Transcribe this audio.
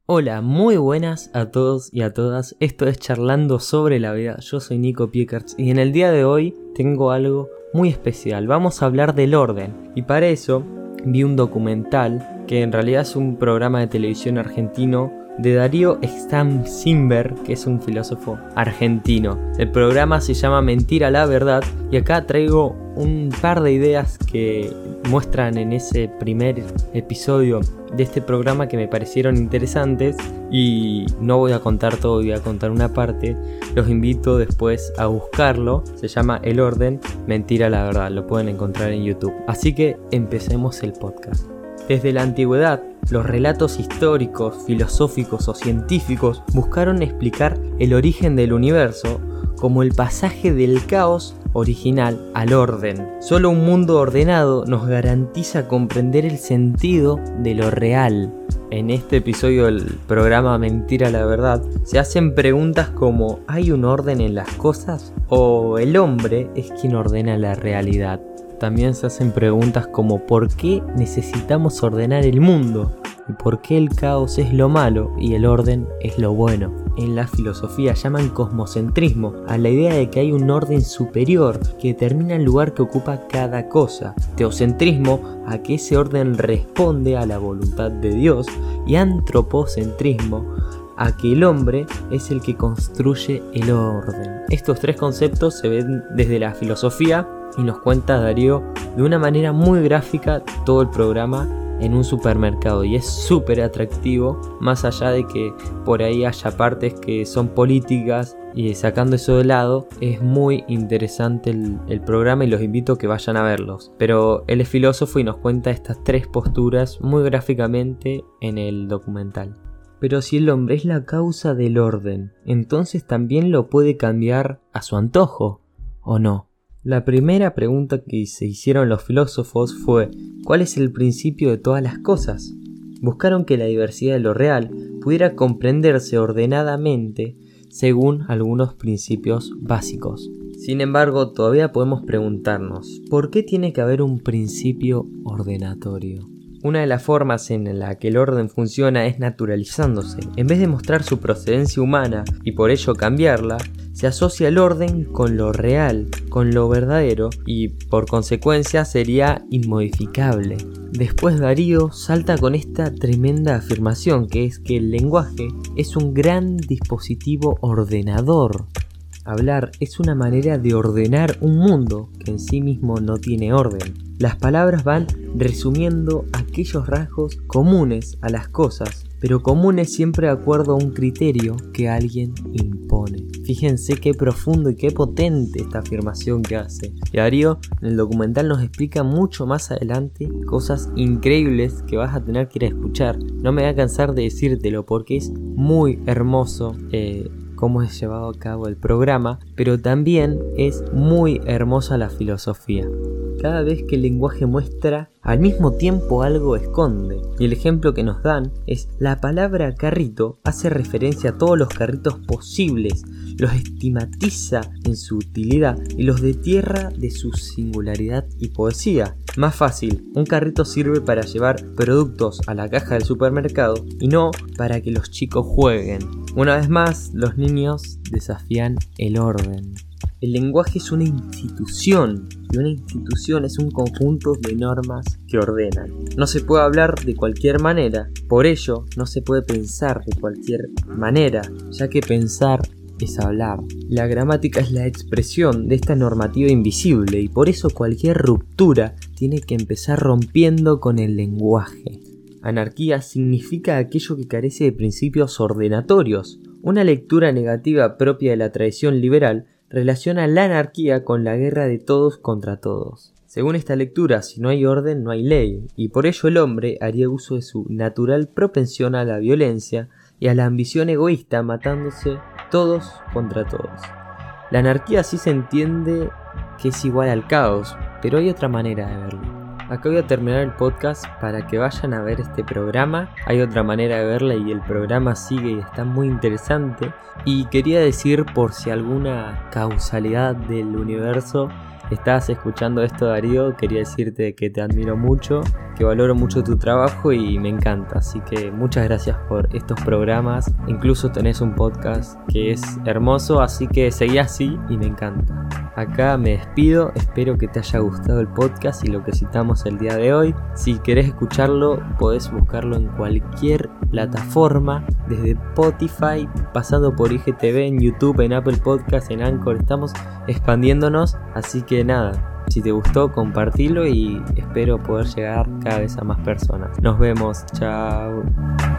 Hola, muy buenas a todos y a todas. Esto es Charlando sobre la vida. Yo soy Nico Piekerts y en el día de hoy tengo algo muy especial. Vamos a hablar del orden. Y para eso vi un documental que en realidad es un programa de televisión argentino de Darío Stanzimber, que es un filósofo argentino. El programa se llama Mentira la Verdad y acá traigo un par de ideas que muestran en ese primer episodio de este programa que me parecieron interesantes y no voy a contar todo, voy a contar una parte. Los invito después a buscarlo. Se llama El Orden, Mentira la Verdad. Lo pueden encontrar en YouTube. Así que empecemos el podcast. Desde la antigüedad, los relatos históricos, filosóficos o científicos buscaron explicar el origen del universo como el pasaje del caos original al orden. Solo un mundo ordenado nos garantiza comprender el sentido de lo real. En este episodio del programa Mentira la Verdad se hacen preguntas como ¿hay un orden en las cosas? ¿O el hombre es quien ordena la realidad? También se hacen preguntas como ¿por qué necesitamos ordenar el mundo? ¿Y por qué el caos es lo malo y el orden es lo bueno? En la filosofía llaman cosmocentrismo a la idea de que hay un orden superior que determina el lugar que ocupa cada cosa. Teocentrismo a que ese orden responde a la voluntad de Dios. Y antropocentrismo a que el hombre es el que construye el orden. Estos tres conceptos se ven desde la filosofía y nos cuenta Darío de una manera muy gráfica todo el programa en un supermercado y es súper atractivo, más allá de que por ahí haya partes que son políticas y sacando eso de lado es muy interesante el programa y los invito a que vayan a verlos. Pero él es filósofo y nos cuenta estas tres posturas muy gráficamente en el documental. Pero si el hombre es la causa del orden, entonces también lo puede cambiar a su antojo, ¿o no? La primera pregunta que se hicieron los filósofos fue ¿cuál es el principio de todas las cosas? Buscaron que la diversidad de lo real pudiera comprenderse ordenadamente según algunos principios básicos. Sin embargo, todavía podemos preguntarnos ¿por qué tiene que haber un principio ordenatorio? Una de las formas en la que el orden funciona es naturalizándose. En vez de mostrar su procedencia humana y por ello cambiarla, se asocia el orden con lo real, con lo verdadero y por consecuencia sería inmodificable. Después Darío salta con esta tremenda afirmación que es que el lenguaje es un gran dispositivo ordenador. Hablar es una manera de ordenar un mundo que en sí mismo no tiene orden. Las palabras van resumiendo aquellos rasgos comunes a las cosas, pero comunes siempre de acuerdo a un criterio que alguien impone. Fíjense qué profundo y qué potente esta afirmación que hace. Y Darío en el documental nos explica mucho más adelante cosas increíbles que vas a tener que ir a escuchar. No me voy a cansar de decírtelo porque es muy hermoso cómo es llevado a cabo el programa, pero también es muy hermosa la filosofía. Cada vez que el lenguaje muestra, al mismo tiempo algo esconde. Y el ejemplo que nos dan es la palabra carrito hace referencia a todos los carritos posibles, los estigmatiza en su utilidad y los destierra de su singularidad y poesía. Más fácil, un carrito sirve para llevar productos a la caja del supermercado y no para que los chicos jueguen. Una vez más, los niños desafían el orden. El lenguaje es una institución y una institución es un conjunto de normas que ordenan. No se puede hablar de cualquier manera, por ello no se puede pensar de cualquier manera, ya que pensar es hablar. La gramática es la expresión de esta normativa invisible y por eso cualquier ruptura tiene que empezar rompiendo con el lenguaje. Anarquía significa aquello que carece de principios ordenatorios. Una lectura negativa propia de la tradición liberal relaciona la anarquía con la guerra de todos contra todos. Según esta lectura, si no hay orden, no hay ley, y por ello el hombre haría uso de su natural propensión a la violencia y a la ambición egoísta, matándose todos contra todos. La anarquía sí se entiende que es igual al caos, pero hay otra manera de verlo. Acá voy a terminar el podcast para que vayan a ver este programa. Hay otra manera de verla y el programa sigue y está muy interesante. Y quería decir, por si alguna causalidad del universo estás escuchando esto, Darío, quería decirte que te admiro mucho, que valoro mucho tu trabajo y me encanta. Así que muchas gracias por estos programas. Incluso tenés un podcast que es hermoso, así que seguí así y me encanta. Acá me despido, espero que te haya gustado el podcast y lo que citamos el día de hoy. Si querés escucharlo, podés buscarlo en cualquier plataforma, desde Spotify, pasando por IGTV, en YouTube, en Apple Podcast, en Anchor. Estamos expandiéndonos, así que nada, si te gustó, compartilo y espero poder llegar cada vez a más personas. Nos vemos, chao.